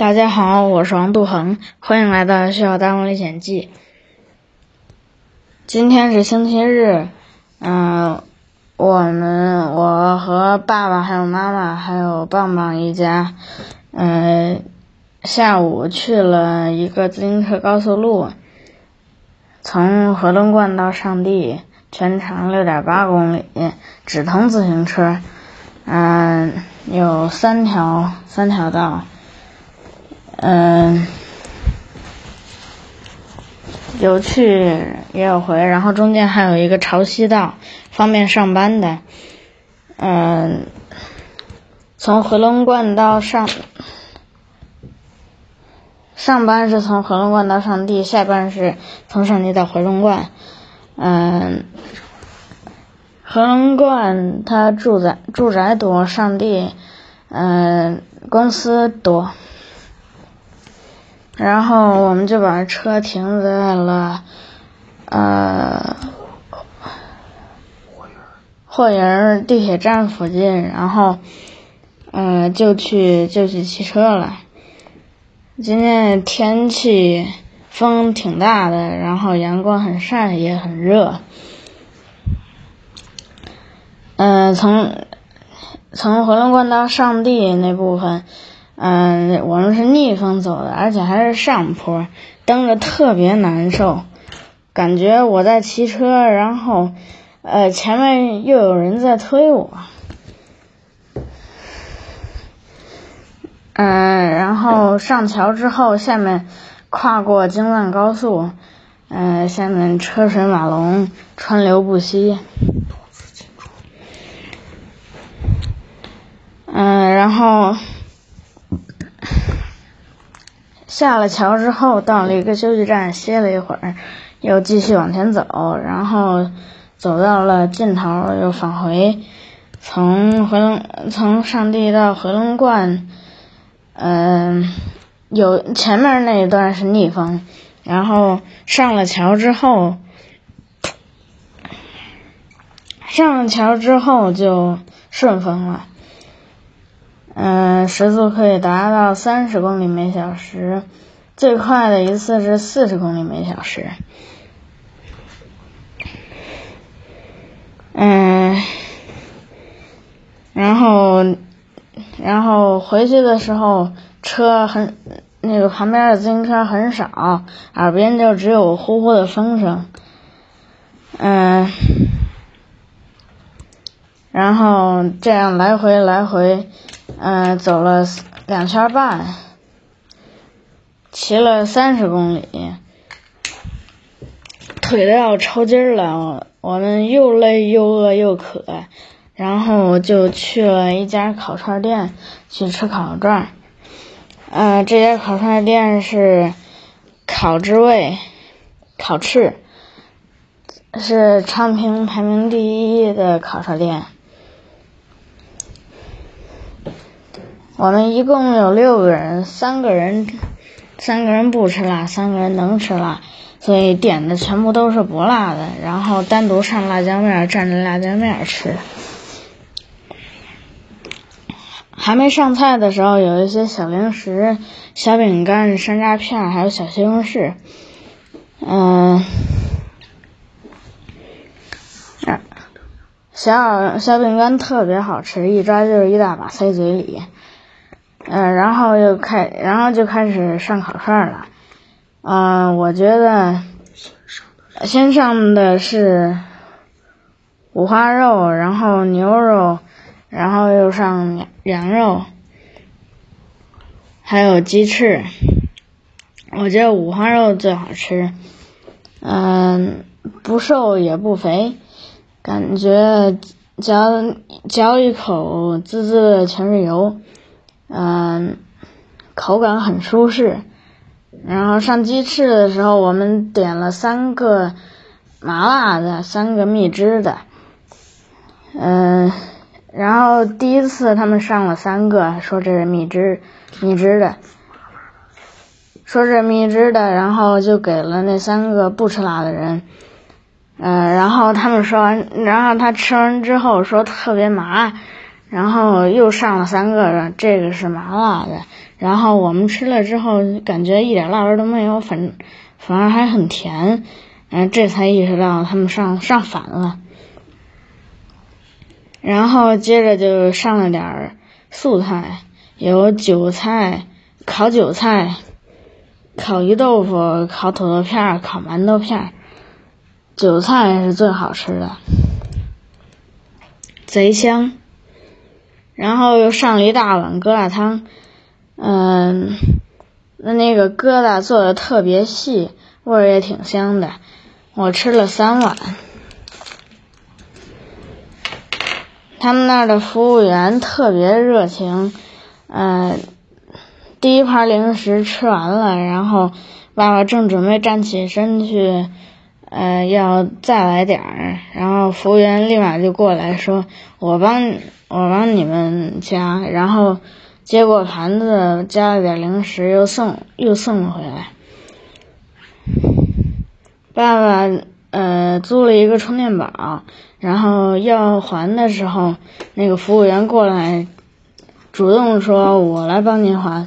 大家好，我是王杜恒，欢迎来到《小大王历险记》。今天是星期日，我和爸爸还有妈妈还有棒棒一家，下午去了一个自行车高速路，从合伦观到上地，全长6.8公里，只通自行车，有三条道。有去也有回，然后中间还有一个潮汐道，方便上班的。从合伦观到上班是从合伦观到上地，下班是从上地到合伦观。合伦观它住宅多，上地公司多。然后我们就把车停在了霍营地铁站附近，然后就去骑车了。今天天气风挺大的，然后阳光很晒也很热。从合伦观到上地那部分我们是逆风走的，而且还是上坡，蹬着特别难受，感觉我在骑车，然后前面又有人在推我。然后上桥之后，下面跨过京藏高速，下面车水马龙，川流不息。然后下了桥之后，到了一个休息站歇了一会儿，又继续往前走，然后走到了尽头又返回。从上地到合伦观，有前面那一段是逆风，然后上了桥之后就顺风了。时速可以达到30公里每小时，最快的一次是40公里每小时。然后回去的时候，那个旁边的自行车很少，耳边就只有呼呼的风声。然后这样来回走了2圈半，骑了30公里，腿都要抽筋了。我们又累又饿又渴，然后就去了一家烤串店去吃烤串。这家烤串店是烤之味烤翅，是昌平排名第1的烤串店。我们一共有6个人，3个人不吃辣，3个人能吃辣，所以点的全部都是不辣的，然后单独上辣椒面，蘸着辣椒面吃。还没上菜的时候，有一些小零食、小饼干、山楂片，还有小西红柿。小饼干特别好吃，一抓就是一大把塞嘴里。然后就开始上烤串了。我觉得先上的是五花肉，然后牛肉，然后又上羊肉，还有鸡翅。我觉得五花肉最好吃，不瘦也不肥，感觉嚼一口滋滋的全是油。口感很舒适。然后上鸡翅的时候，我们点了3个麻辣的，3个蜜汁的。然后第一次他们上了3个，说这是蜜汁的，然后就给了那3个不吃辣的人。然后他吃完之后说特别麻， 然后又上了3个，这个是麻辣的。然后我们吃了之后，感觉一点辣味都没有，反而还很甜。这才意识到他们上反了。然后接着就上了点素菜，有烤韭菜、烤鱼豆腐、烤土豆片、烤馒头片。韭菜是最好吃的，贼香。然后又上了一大碗疙瘩汤，那个疙瘩做的特别细，味儿也挺香的。我吃了3碗。他们那儿的服务员特别热情，第一盘零食吃完了，然后爸爸正准备站起身去，要再来点儿，然后服务员立马就过来说：“我帮你们加。”然后接过盘子，加了点零食，又送回来。爸爸租了一个充电宝，然后要还的时候，那个服务员过来主动说：“我来帮您还。”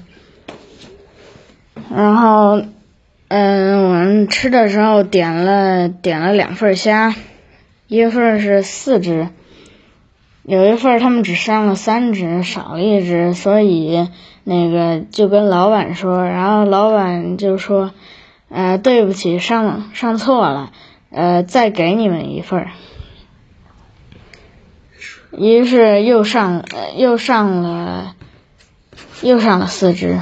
然后我们吃的时候点了2份虾，一份是4只，有一份他们只上了3只，少了1只，所以那个就跟老板说，然后老板就说对不起，上错了，再给你们一份。于是又上了4只。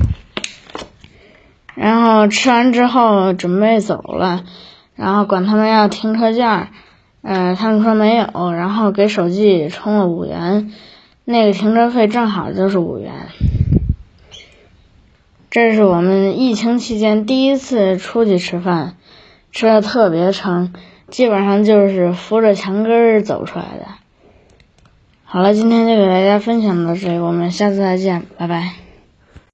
然后吃完之后准备走了，然后管他们要停车价，他们说没有，然后给手机充了5元，那个停车费正好就是5元。这是我们疫情期间第一次出去吃饭，吃的特别撑，基本上就是扶着墙根走出来的。好了，今天就给大家分享到这里，我们下次再见，拜拜。